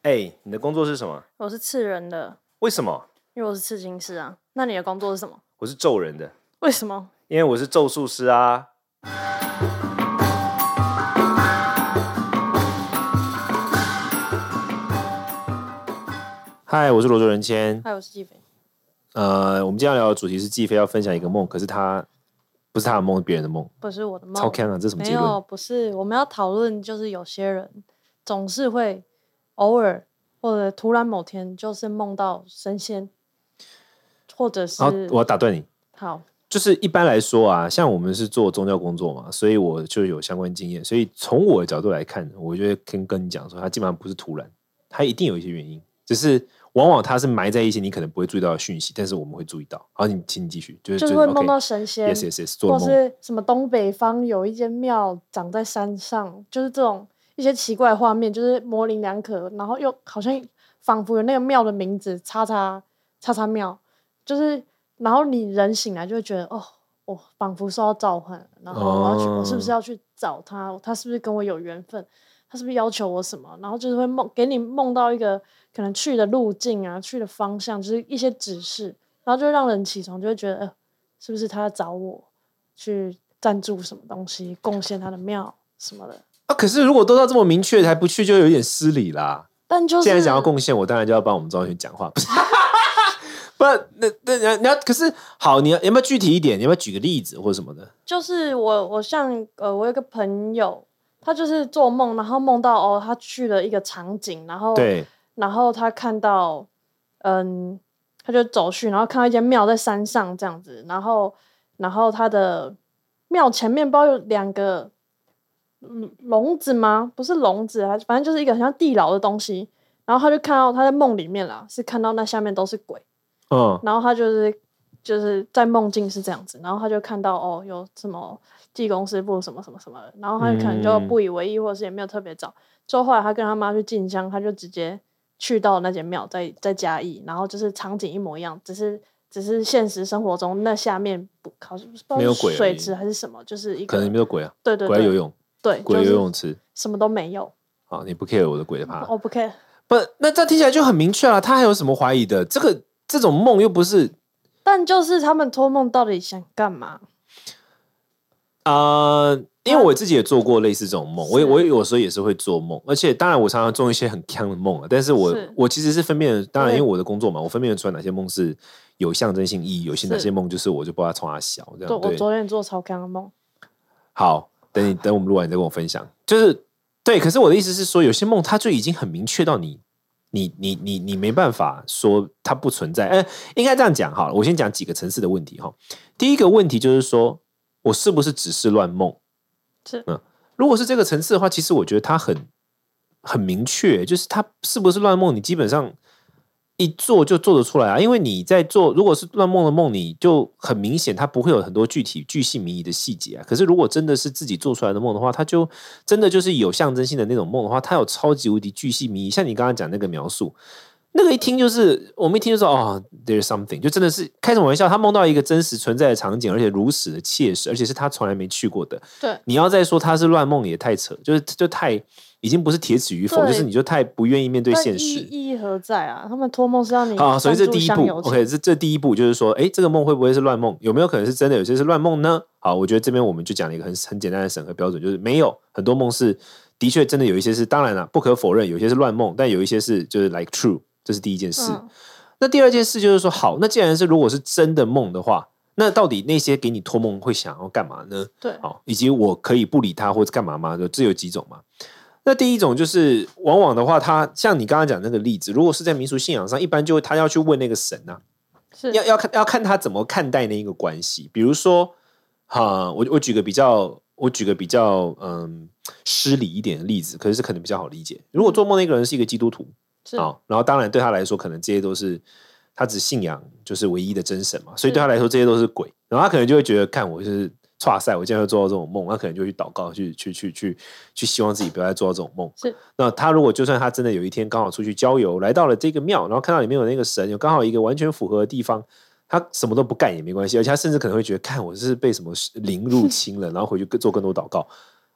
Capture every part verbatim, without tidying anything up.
哎、欸，你的工作是什么？ 我是刺人的。 为什么？ 因为我是刺青师啊。那你的工作是什么？ 我是咒人的。 为什么？ 因为我是咒术师啊。嗨，我是罗卓人谦。 嗨，我是季飞。 呃，我们今天要聊的主题是季飞要分享一个梦，可是他不是他的梦，是别人的梦。 不是我的梦。 超强啊！这是什么结论？ 没有，不是。我们要讨论，就是有些人总是会偶尔或者突然某天就是梦到神仙，或者是…… 好，我要打断你。 好， 就是一般来说啊，像我们是做宗教工作嘛，所以我就有相关经验。所以从我的角度来看，我觉得跟跟你讲说，他基本上不是突然，他一定有一些原因，只是往往他是埋在一些你可能不会注意到的讯息，但是我们会注意到。好，你请你继续，就是就是会梦到神仙 ，yes yes yes， 做或是什么东北方有一间庙长在山上，就是这种一些奇怪的画面，就是模棱两可，然后又好像仿佛有那个庙的名字，叉叉叉叉庙，就是。然后你人醒来就会觉得，哦，我仿佛受到召唤，然后我要去，哦、我是不是要去找他？他是不是跟我有缘分？他是不是要求我什么？然后就是会梦，给你梦到一个可能去的路径啊，去的方向，就是一些指示，然后就会让人起床，就会觉得，呃，是不是他要找我去赞助什么东西，贡献他的庙什么的？ 啊，可是如果都到这么明确还不去，就有点失礼啦。 但就是既然想要贡献，我当然就要帮我们庄园讲话，不是？不，那那你要，可是好，你要有没有具体一点？你要不要举个例子或者什么的？ 就是我，我像呃，我有个朋友，他就是做梦，然后梦到哦，他去了一个场景，然后对， 然后他看到，嗯，他就走去，然后看到一间庙在山上这样子，然后然后他的庙前面不知道有两个笼子吗？不是笼子，反正就是一个很像地牢的东西，然后他就看到他在梦里面啦，是看到那下面都是鬼。嗯，然后他就是就是在梦境是这样子，然后他就看到哦有什么济公师傅什么什么什么的，然后他可能就不以为意，或者是也没有特别找。之后后来他跟他妈去进香，他就直接去到那间庙，在在嘉义，然后就是场景一模一样，只是只是现实生活中那下面不好像不知道是水池还是什么，就是一个可能里面有鬼啊， 对对对， 鬼在游泳， 对， 鬼游泳池， 什么都没有。 好，你不 care 我的鬼的怕， 我不 care。 不，那这听起来就很明确了，他还有什么怀疑的？这个这种梦又不是。 但就是他们托梦到底想干嘛？ 呃，因为我自己也做过类似这种梦，我我有时候也是会做梦，而且当然我常常做一些很鏘的梦，但是我是我其实是分辨，当然因为我的工作嘛，我分辨得出来哪些梦是有象征性意义，有些哪些梦就是我就不知道从哪小这样。 对，我昨天做超鏘的梦。 好，等你等我们录完你再跟我分享。就是对，可是我的意思是说，有些梦它就已经很明确到你。你你你你没办法说它不存在，哎，应该这样讲好了。我先讲几个层次的问题哈。第一个问题就是说，我是不是只是乱梦？ 是， 嗯，如果是这个层次的话，其实我觉得它很很明确，就是它是不是乱梦，你基本上一做就做得出来啊。因为你在做，如果是乱梦的梦，你就很明显，它不会有很多具体巨细靡遗的细节啊。可是如果真的是自己做出来的梦的话，它就真的就是有象征性的那种梦的话，它有超级无敌巨细靡遗。像你刚刚讲那个描述，那个一听就是我们一听就说哦 ，there's something， 就真的是开什么玩笑，他梦到一个真实存在的场景，而且如此的切实，而且是他从来没去过的。 对， 你要再说他是乱梦也太扯，就是就太。已经不是铁齿鱼否，就是你就太不愿意面对现实。 意义何在啊？他们托梦是让你好，所以这第一步 ，OK， 这这第一步就是说，哎，这个梦会不会是乱梦？有没有可能是真的？有些是乱梦呢？好，我觉得这边我们就讲了一个很很简单的审核标准，就是没有很多梦是的确真的有一些是，当然了，不可否认，有些是乱梦，但有一些是就是 like true， 这是第一件事。嗯、那第二件事就是说，好，那既然是如果是真的梦的话，那到底那些给你托梦会想要干嘛呢？ 对， 好，以及我可以不理他或者干嘛吗？就这有几种嘛？那第一种就是往往的话，他像你刚刚讲那个例子，如果是在民俗信仰上，一般就会他要去问那个神啊， 是要要看要看他怎么看待那一个关系。比如说，哈，我我举个比较，我举个比较嗯失礼一点的例子，可是是可能比较好理解。如果做梦那个人是一个基督徒，啊，然后当然对他来说，可能这些都是他只信仰就是唯一的真神嘛，所以对他来说这些都是鬼，然后他可能就会觉得，看我就是剉赛，我竟然会做到这种梦，他可能就去祷告，去去去去去希望自己不要再做到这种梦。 是， 那他如果就算他真的有一天刚好出去郊游，来到了这个庙，然后看到里面有那个神，有刚好一个完全符合的地方，他什么都不干也没关系，而且他甚至可能会觉得，看我是被什么灵入侵了，然后回去做更多祷告。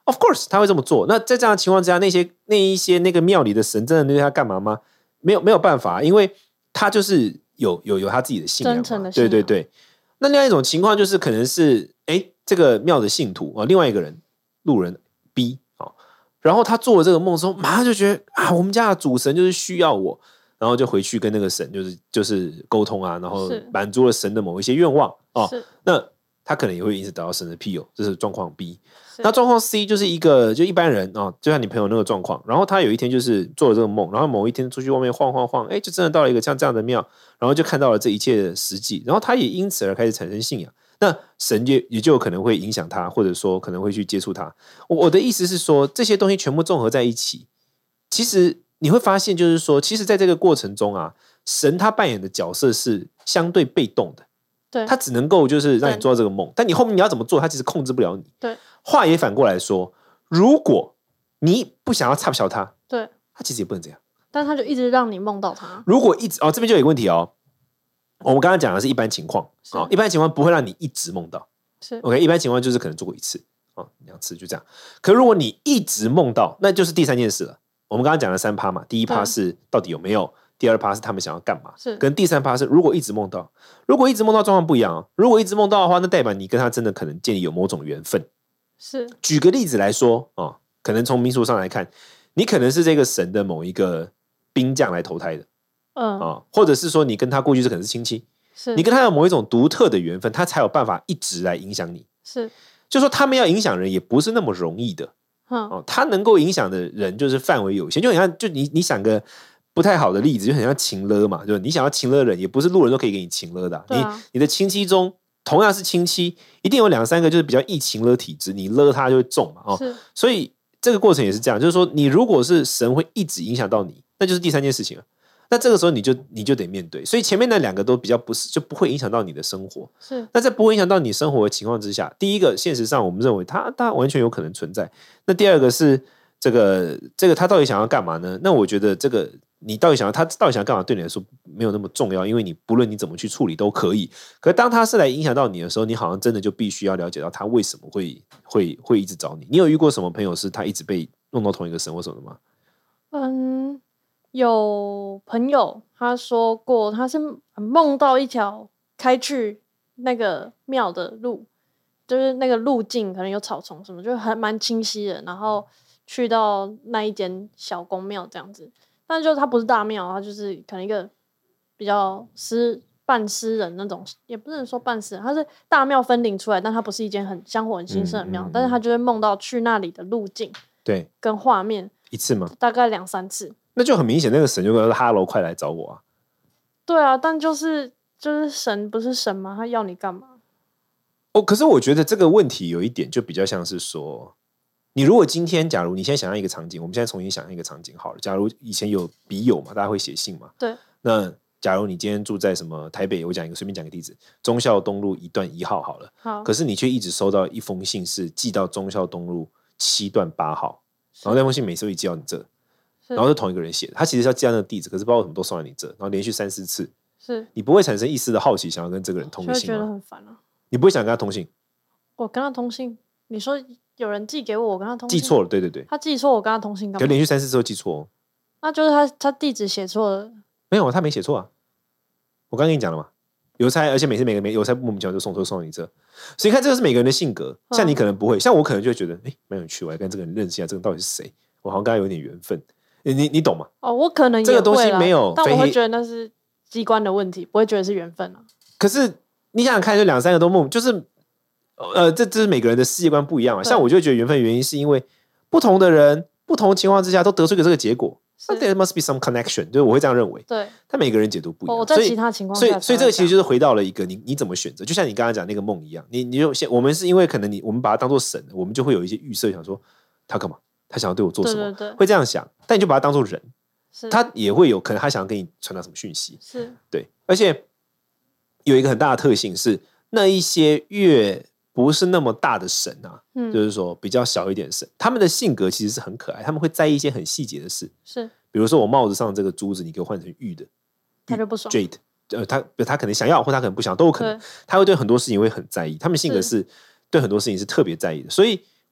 Of course， 他会这么做。那在这样的情况之下，那些那一些那个庙里的神真的对他干嘛吗？没有没有办法，因为他就是有有有他自己的信仰嘛， 真诚的信仰。 对对对。那另外一种情况就是可能是哎这个庙的信徒啊，另外一个人路人 B 啊，然后他做了这个梦之后，马上就觉得啊，我们家的主神就是需要我，然后就回去跟那个神就是就是沟通啊，然后满足了神的某一些愿望啊。那他可能也会因此得到神的庇佑，这是状况 B。那状况 C 就是一个就一般人啊，就像你朋友那个状况，然后他有一天就是做了这个梦，然后某一天出去外面晃晃晃，哎，就真的到了一个像这样的庙，然后就看到了这一切的实际，然后他也因此而开始产生信仰。那神也也就有可能会影响他，或者说可能会去接触他。我我的意思是说，这些东西全部综合在一起，其实你会发现，就是说，其实在这个过程中啊，神他扮演的角色是相对被动的。 对， 他只能够就是让你做到这个梦，但你后面你要怎么做，他其实控制不了你。 对， 话也反过来说，如果你不想要插小他， 对， 他其实也不能这样。 但他就一直让你梦到他。 如果一直哦，这边就有一个问题哦。我们刚刚讲的是一般情况，哦，一般情况不会让你一直梦到。 是 OK， 一般情况就是可能做过一次哦，两次就这样。可如果你一直梦到，那就是第三件事了。我们刚刚讲了三趴嘛，第一趴是到底有没有。第二趴是他们想要干嘛，跟第三趴是如果一直梦到，如果一直梦到状况不一样啊。如果一直梦到的话，那代表你跟他真的可能建立有某种缘分。 是， 举个例子来说啊、哦，可能从民俗上来看，你可能是这个神的某一个兵将来投胎的， 嗯啊、哦，或者是说你跟他过去是可能是亲戚， 是你跟他有某一种独特的缘分，他才有办法一直来影响你。 是， 就说他们要影响人也不是那么容易的， 嗯， 哦，他能够影响的人就是范围有限，就很像就你你想个。不太好的例子就很像情勒嘛，就是你想要情勒人，也不是路人都可以给你情勒的、啊。 啊、 你你的亲戚中同样是亲戚，一定有两三个就是比较易情勒体质，你勒他就会中嘛。哦，所以这个过程也是这样，就是说你如果是神会一直影响到你，那就是第三件事情了。那这个时候你就你就得面对，所以前面那两个都比较不是就不会影响到你的生活。 是， 那在不会影响到你生活的情况之下，第一个现实上我们认为它它完全有可能存在。那第二个是这个这个他到底想要干嘛呢？那我觉得这个。你到底想要他到底想要干嘛？对你来说没有那么重要，因为你不论你怎么去处理都可以。可是当他是来影响到你的时候，你好像真的就必须要了解到他为什么会会会一直找你。你有遇过什么朋友是他一直被弄到同一个神或什么的吗？ 嗯，有朋友他说过，他是梦到一条开去那个庙的路，就是那个路径可能有草丛什么，就还蛮清晰的。然后去到那一间小宫庙这样子。但就是它不是大庙，它就是可能一个比较私半私人那种，也不能说半私人，它是大庙分灵出来，但它不是一间很香火很兴盛的庙，嗯嗯嗯，但是它就会梦到去那里的路径， 对， 跟画面一次吗？ 大概两三次， 那就很明显，那个神就说哈喽，快来找我啊！ 对啊，但就是就是神不是神吗？他要你干嘛？ 哦，可是我觉得这个问题有一点就比较像是说。你如果今天，假如你现在想象一个场景，我们现在重新想象一个场景好了。假如以前有笔友嘛，大家会写信嘛。 对。 那假如你今天住在什么台北，我讲一个随便讲个地址，忠孝东路一段一号好了。 好。 可是你却一直收到一封信，是寄到忠孝东路七段八号，然后那封信每次都寄到你这，然后是同一个人写的，他其实是要寄到那个地址，可是不知道为什么都送到你这，然后连续三四次。 是。 你不会产生一丝的好奇，想要跟这个人通个信吗？ 就觉得很烦啊。 你不会想跟他通信？ 我跟他通信，你说。有人寄给我，我跟他通信。 寄错了，对对对， 他寄错，我跟他通信干嘛？ 可连续三四次都寄错哦。 那就是他他地址写错了。 没有，他没写错啊。我刚刚跟你讲了嘛，邮差，而且每次每个邮差莫名其妙就送都送到你这，所以你看这个是每个人的性格。像你可能不会，嗯、像我可能就会觉得，哎、欸，蛮有趣，我来跟这个人认识一下，这个到底是谁？我好像跟他有点缘分。你你懂吗？ 哦，我可能也这个东西没有， 但我会觉得那是机关的问题，不会觉得是缘分啊。 可是你想想看，就两三个都梦，就是。呃，这这是每个人的世界观不一样嘛。像我就会觉得缘分的原因是因为不同的人、不同的情况之下都得出一个这个结果，那 there must be some connection， 就是我会这样认为。 对， 但每个人解读不一样。 我在其他情况下，所以所以这个其实就是回到了一个你你怎么选择，就像你刚刚讲那个梦一样，你你就现我们是因为可能你我们把它当做神，我们就会有一些预设，想说他干嘛，他想要对我做什么， 对对对， 会这样想。但你就把它当做人， 是他也会有可能他想要跟你传达什么讯息， 是对，而且有一个很大的特性是那一些越。不是那么大的神啊、嗯，就是说比较小一点的神，他们的性格其实是很可爱，他们会在意一些很细节的事， 是， 比如说我帽子上这个珠子，你给我换成玉的， 他就不爽 ，Jade， 呃，他他可能想要，或他可能不想要，都有可能，他会对很多事情会很在意，他们性格是对很多事情是特别在意的，所以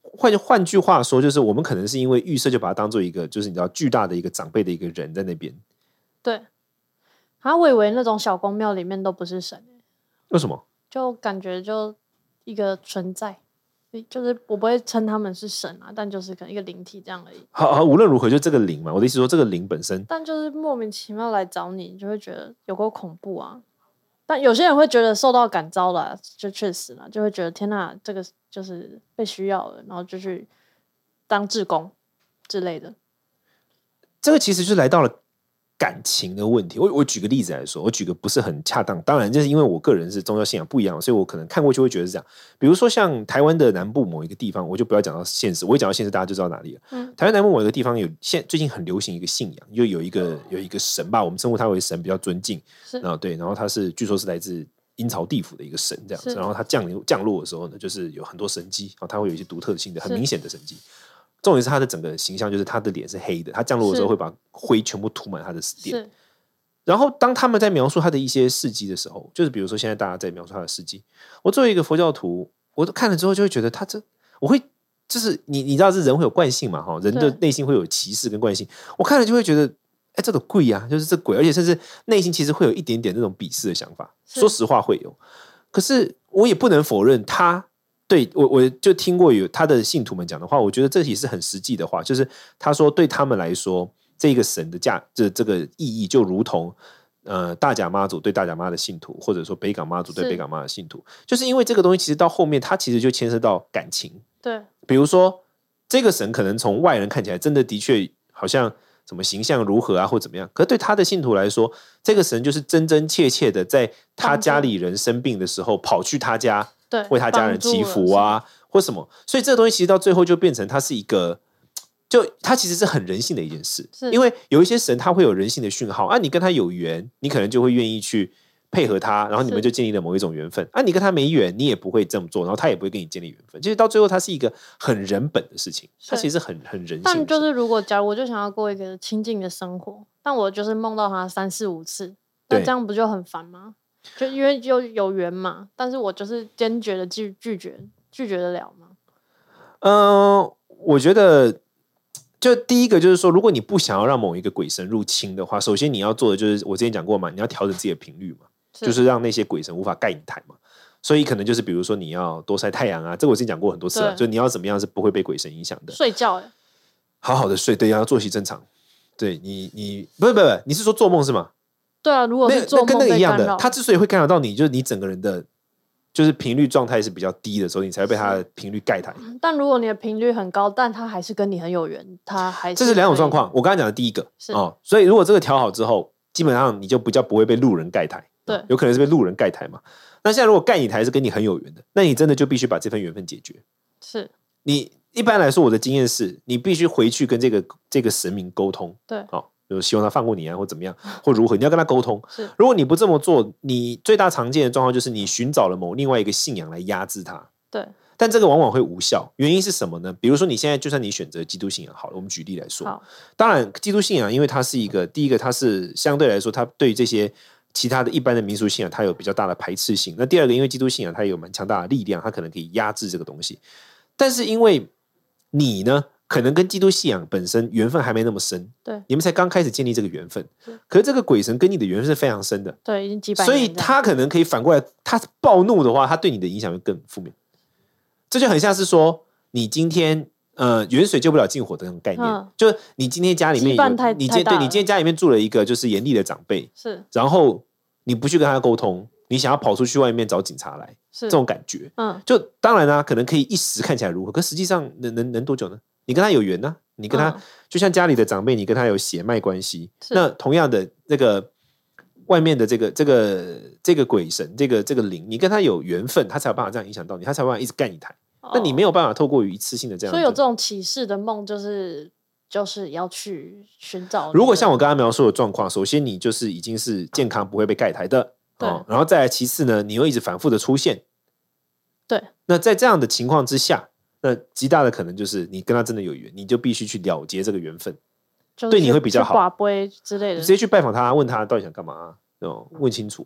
换换句话说，就是我们可能是因为预设就把它当做一个，就是你知道巨大的一个长辈的一个人在那边。 对，啊，我以为那种小宫庙里面都不是神， 为什么？ 就感觉就一个存在，就是我不会称他们是神啊，但就是可能一个灵体这样而已。 好，好，无论如何，就这个灵嘛，我的意思说，这个灵本身， 但就是莫名其妙来找你，你就会觉得有够恐怖啊。但有些人会觉得受到感召了、啊，就确实了，就会觉得天哪，这个就是被需要了，然后就去当志工之类的。 这个其实就来到了感情的问题。我我举个例子来说，我举个不是很恰当，当然就是因为我个人是宗教信仰不一样，所以我可能看过去会觉得是这样。比如说像台湾的南部某一个地方，我就不要讲到现实，我一讲到现实，大家就知道哪里了。嗯、台湾南部某一个地方有现最近很流行一个信仰，就有一个有一个神吧，我们称呼他为神，比较尊敬。然后对，然后他是据说是来自阴曹地府的一个神这样子，然后他降临降落的时候呢，就是有很多神迹，然后他会有一些独特性的、很明显的神迹。重点是他的整个形象，就是他的脸是黑的，他降落的时候会把灰全部涂满他的脸。然后当他们在描述他的一些事迹的时候，就是比如说现在大家在描述他的事迹，我作为一个佛教徒，我看了之后就会觉得他这，我会就是你你知道是人会有惯性嘛，哈，人的内心会有歧视跟惯性，我看了就会觉得，哎，这个鬼啊，就是这鬼，而且甚至内心其实会有一点点那种鄙视的想法，说实话会有。可是我也不能否认他。对我，我就听过有他的信徒们讲的话，我觉得这也是很实际的话，就是他说对他们来说，这个神的价这这个意义就如同呃大甲妈祖对大甲妈的信徒，或者说北港妈祖对北港妈的信徒，就是因为这个东西其实到后面，它其实就牵涉到感情。 对， 比如说这个神可能从外人看起来真的的确好像什么形象如何啊，或怎么样，可是对他的信徒来说，这个神就是真真切切的在他家里人生病的时候跑去他家。为他家人祈福啊，或什么，所以这个东西其实到最后就变成它是一个，就它其实是很人性的一件事，因为有一些神他会有人性的讯号啊，你跟他有缘，你可能就会愿意去配合他，然后你们就建立了某一种缘分啊，你跟他没缘，你也不会这么做，然后他也不会跟你建立缘分，其实到最后它是一个很人本的事情，它其实很很人性的事情。 但就是如果假如我就想要过一个清静的生活，但我就是梦到他三四五次，那这样不就很烦吗？就因为就有缘嘛，但是我就是坚决的拒拒绝，拒绝得了吗？ 嗯、呃，我觉得，就第一个就是说，如果你不想要让某一个鬼神入侵的话，首先你要做的就是我之前讲过嘛，你要调整自己的频率嘛，是就是让那些鬼神无法盖你台嘛。所以可能就是比如说你要多晒太阳啊，这个我之前讲过很多次了，就你要怎么样是不会被鬼神影响的。 睡觉耶， 好好的睡，对，要作息正常。对你，你不是不是不是，你是说做梦是吗？ 对啊，如果是做梦跟那个一样的，他之所以会干扰到你，就是你整个人的，就是频率状态是比较低的时候，你才会被他的频率盖台。 但如果你的频率很高，但他还是跟你很有缘，他还是这是两种状况。我刚才讲的第一个哦，所以如果这个调好之后，基本上你就比较不会被路人盖台。 对、 哦，有可能是被路人盖台嘛。那现在如果盖你台是跟你很有缘的，那你真的就必须把这份缘分解决。 是你一般来说，我的经验是你必须回去跟这个这个神明沟通。 对， 好、哦。就希望他放过你啊，或怎么样，或如何，你要跟他沟通。如果你不这么做，你最大常见的状况就是你寻找了某另外一个信仰来压制他。 对， 但这个往往会无效，原因是什么呢？比如说你现在就算你选择基督信仰好了，我们举例来说，当然基督信仰因为它是一个第一个，它是相对来说，它对于这些其他的一般的民俗信仰，它有比较大的排斥性。那第二个，因为基督信仰它有蛮强大的力量，它可能可以压制这个东西。但是因为你呢？可能跟基督信仰本身缘分还没那么深， 对， 你们才刚开始建立这个缘分。可是这个鬼神跟你的缘分是非常深的， 对，已经几百年， 所以他可能可以反过来，他暴怒的话，他对你的影响会更负面。这就很像是说，你今天呃远水救不了近火的那种概念，嗯、就是你今天家里面有，你今天对你今天家里面住了一个就是严厉的长辈， 是， 然后你不去跟他沟通，你想要跑出去外面找警察来，这种感觉，嗯，就当然啦、啊，可能可以一时看起来如何，可实际上能能能多久呢？你跟他有缘呢、啊，你跟他、嗯、就像家里的长辈，你跟他有血脉关系。那同样的，这个外面的这个这个这个鬼神，这个这个灵，你跟他有缘分，他才有办法这样影响到你，他才有办法一直干一台。哦、那你没有办法透过一次性的这样， 所以有这种启示的梦，就是就是要去寻找。 如果像我刚刚描述的状况，首先你就是已经是健康不会被盖台的， 对、 哦，然后再来其次呢，你又一直反复的出现， 对。 那在这样的情况之下。那极大的可能就是你跟他真的有缘，你就必须去了结这个缘分， 就是、 对你会比较好。 寡杯之类的， 直接去拜访他，问他到底想干嘛、啊，问清楚啊。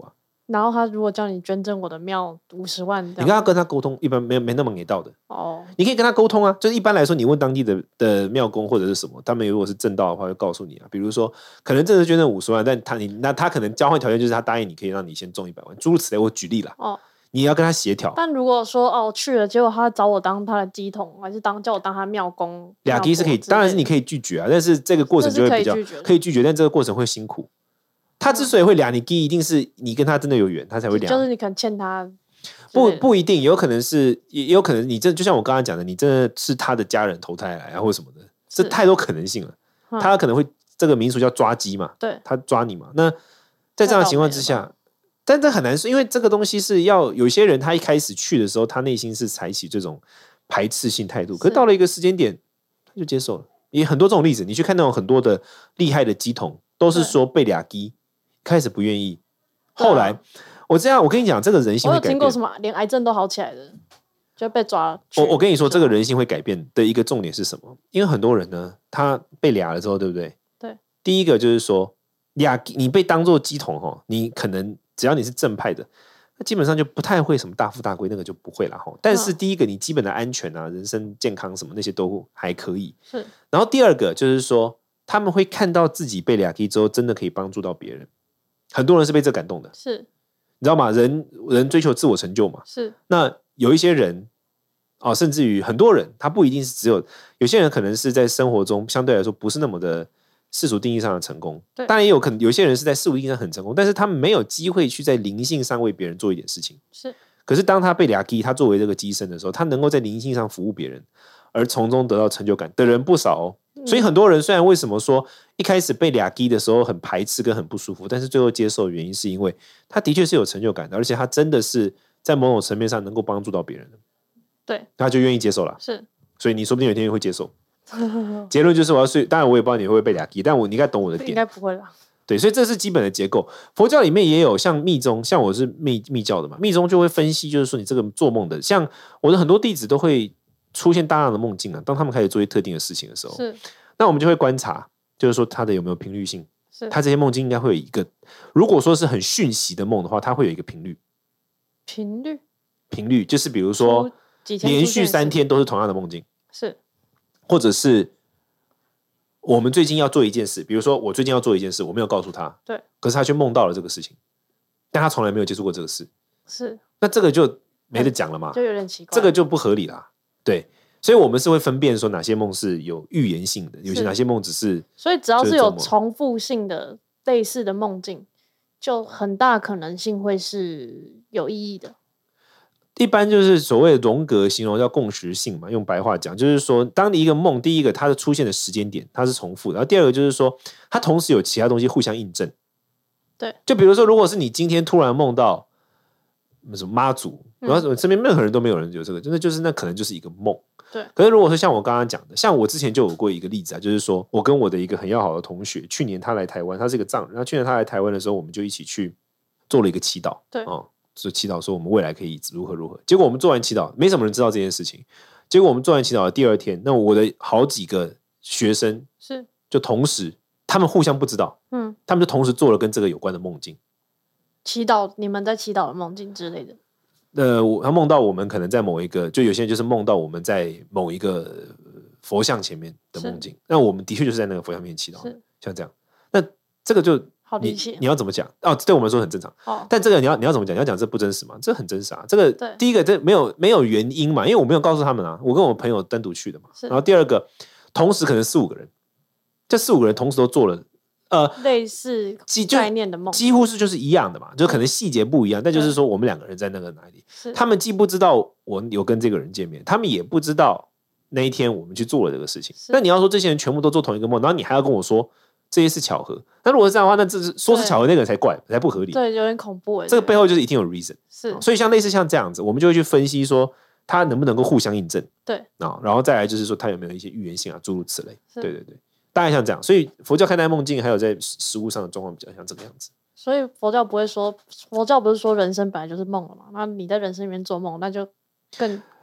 然后他如果叫你捐赠我的庙五十万， 你跟他跟他沟通，一般没没那么给到的。 哦， 你可以跟他沟通啊，就是一般来说，你问当地的的庙公或者是什么，他们如果是正道的话，会告诉你啊。比如说，可能真的捐赠五十万，但他你那他可能交换条件就是他答应你可以让你先中一百万，诸如此类。我举例啦，哦，你要跟他协调。 但如果说哦去了，结果他找我当他的乩童，还是当叫我当他庙公， 俩乩是可以，当然是你可以拒绝啊，但是这个过程就会比较可以拒绝， 可以拒绝，但这个过程会辛苦。他之所以会俩你乩，一定是你跟他真的有缘，他才会俩。 就是你可能欠他。 不不一定，有可能是，也有可能你真就像我刚刚讲的，你真的是他的家人投胎来啊，或什么的，这太多可能性了。嗯、他可能会这个民俗叫抓鸡嘛， 对， 他抓你嘛。那在这样的情况之下，但这很难说，因为这个东西是要有些人他一开始去的时候，他内心是采取这种排斥性态度，可是到了一个时间点，他就接受了。也很多这种例子，你去看那种很多的厉害的鸡童，都是说被俩鸡。开始不愿意，后来、啊、我这样，我跟你讲，这个人性会改变。我有听过什么连癌症都好起来的，就被抓。 我我跟你说，这个人性会改变的一个重点是什么？因为很多人呢，他被俩了之后，对不对？ 对。 第一个就是说，俩你被当作鸡童哈，你可能只要你是正派的，那基本上就不太会什么大富大贵，那个就不会了哈。但是第一个，你基本的安全啊、人身健康什么那些都还可以。 是。 然后第二个就是说，他们会看到自己被俩鸡之后，真的可以帮助到别人。很多人是被这感动的， 是， 你知道吗？人人追求自我成就嘛， 是。那有一些人，哦，甚至于很多人，他不一定是只有有些人可能是在生活中相对来说不是那么的世俗定义上的成功，当然也有可能有些人是在世俗定义上很成功，但是他们没有机会去在灵性上为别人做一点事情。 是。 可是当他被俩基，他作为这个机身的时候，他能够在灵性上服务别人，而从中得到成就感的人不少哦。所以很多人虽然为什么说一开始被俩基的时候很排斥跟很不舒服，但是最后接受的原因是因为他的确是有成就感的，而且他真的是在某种层面上能够帮助到别人的， 对， 他就愿意接受了。 是， 所以你说不定有一天会接受。结论就是我要睡，当然我也不知道你会不会被俩基，但我你应该懂我的点， 应该不会啦。 对，所以这是基本的结构。佛教里面也有像密宗，像我是密密教的嘛，密宗就会分析，就是说你这个做梦的，像我的很多弟子都会出现大量的梦境啊。当他们开始做一些特定的事情的时候， 是， 那我们就会观察，就是说他的有没有频率性。 是， 他这些梦境应该会有一个，如果说是很讯息的梦的话，它会有一个频率。 频率， 频率就是比如说连续三天都是同样的梦境， 是， 或者是。我们最近要做一件事，比如说我最近要做一件事，我没有告诉他， 对， 可是他却梦到了这个事情，但他从来没有接触过这个事， 是， 那这个就没得讲了嘛， 就有点奇怪， 这个就不合理啦，对，所以我们是会分辨说哪些梦是有预言性的，有些哪些梦只是， 所以只要是有重复性的类似的梦境，就很大可能性会是有意义的。 一般就是所谓的荣格形容叫共识性嘛，用白话讲就是说，当你一个梦，第一个它的出现的时间点它是重复的，然后第二个就是说，它同时有其他东西互相印证。 对， 就比如说，如果是你今天突然梦到什么妈祖，然后身边任何人都没有人有这个，真的就是那可能就是一个梦。 对， 可是如果是像我刚刚讲的，像我之前就有过一个例子啊，就是说我跟我的一个很要好的同学，去年他来台湾，他是一个藏人，然后去年他来台湾的时候，我们就一起去做了一个祈祷。 对， 哦。就祈祷说我们未来可以如何如何，结果我们做完祈祷，没什么人知道这件事情。结果我们做完祈祷的第二天，那我的好几个学生是就同时，他们互相不知道，嗯，他们就同时做了跟这个有关的梦境。 祈祷，你们在祈祷的梦境之类的。 呃，他梦到我们可能在某一个，就有些人就是梦到我们在某一个佛像前面的梦境，那我们的确就是在那个佛像面前祈祷，像这样。那这个就。 好理解， 你, 你要怎么讲？哦，对我们说很正常。哦，但这个你要你要怎么讲？你要讲这不真实吗？这很真实啊。这个第一个，这没有没有原因嘛，因为我没有告诉他们啊，我跟我朋友单独去的嘛。然后第二个，同时可能四五个人，这四五个人同时都做了呃类似概念的梦， 几乎是就是一样的嘛，就可能细节不一样，但就是说我们两个人在那个哪里，他们既不知道我有跟这个人见面，他们也不知道那一天我们去做了这个事情。那你要说这些人全部都做同一个梦，然后你还要跟我说。这些是巧合，那如果是这样的话，那这是说是巧合那个人才怪，才不合理。 对，有点恐怖哎。 这个背后就是一定有 reason， 是， 所以像类似像这样子，我们就会去分析说，它能不能够互相印证。 对啊，然后再来就是说，它有没有一些预言性啊，诸如此类。对对对，大概像这样。所以佛教看待梦境，还有在实物上的状况比较像这个样子。 所以佛教不会说，佛教不是说人生本来就是梦了嘛？那你在人生里面做梦，那就更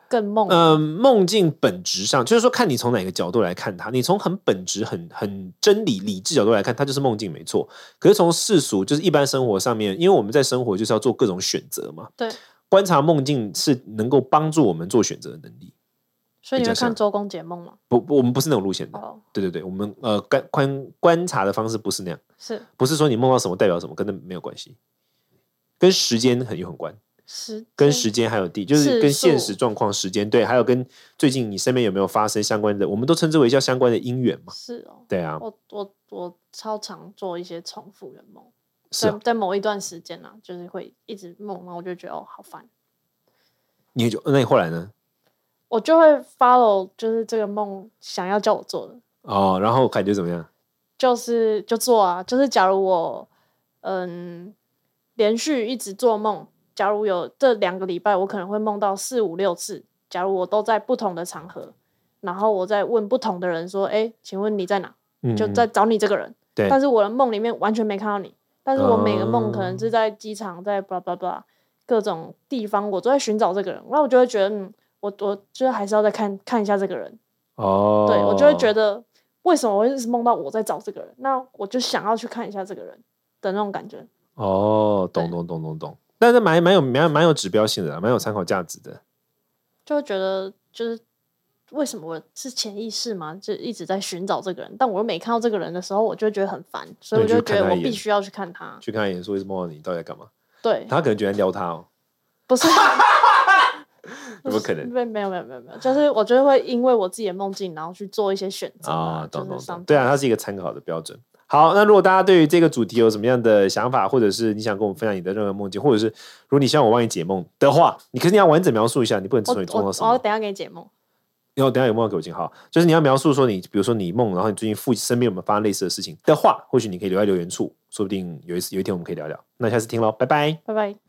更梦？ 呃，梦境本质上就是说，看你从哪个角度来看它。你从很本质、很很真理、理智角度来看，它就是梦境，没错。可是从世俗，就是一般生活上面，因为我们在生活就是要做各种选择嘛。 对， 观察梦境是能够帮助我们做选择的能力。 所以你会看周公解梦吗？ 不不，我们不是那种路线的。 哦， 对对对，我们呃观观观察的方式不是那样， 是不是说你梦到什么代表什么，跟那没有关系，跟时间很有很关。 时跟时间还有地，就是世跟现数实状况、时间对，还有跟最近你身边有没有发生相关的，我们都称之为叫相关的因缘嘛。 是哦， 对啊， 我我我超常做一些重复的梦， 是啊在在某一段时间啊，就是会一直梦，然后我就觉得哦好烦， 你就那你后来呢？ 我就会 follow 就是这个梦想要叫我做的， 哦，然后感觉怎么样？ 就是就做啊，就是假如我嗯连续一直做梦，假如有这两个礼拜，我可能会梦到四五六次，假如我都在不同的场合，然后我再问不同的人说，哎，请问你在哪？ 嗯， 就在找你这个人， 对， 但是我的梦里面完全没看到你，但是我每个梦可能是在机场，在 blah blah blah 各种地方，我都在寻找这个人，那我就会觉得，嗯，我我就是还是要再看看一下这个人， 哦， 对我就会觉得，为什么我会一直梦到我在找这个人？那我就想要去看一下这个人的那种感觉。 哦，懂懂懂懂懂，但是蛮蛮有蛮蛮有指标性的啦，蛮有参考价值的。 就会觉得就是为什么我是潜意识嘛，就一直在寻找这个人，但我又没看到这个人的时候，我就会觉得很烦，所以我就觉得我必须要去看他。 去看他一眼，说一直梦到你，到底在干嘛？ 对， 他可能觉得撩他哦， 不是， 有没有可能？ 没没有没有没有没有，就是我就会因为我自己的梦境，然后去做一些选择啊，懂懂懂， 就是上对啊，它是一个参考的标准。好，那如果大家对于这个主题有什么样的想法，或者是你想跟我们分享你的任何梦境，或者是如果你希望我帮你解梦的话，你可是你要完整描述一下，你不能只我说你梦到什么。 我我要等一下给你解梦。 然后等一下有梦到给我进好，就是你要描述说你，比如说你梦，然后你最近附身边有没有发生类似的事情的话，或许你可以留在留言处，说不定有一次有一天我们可以聊聊。那下次听喽，拜拜。 拜拜。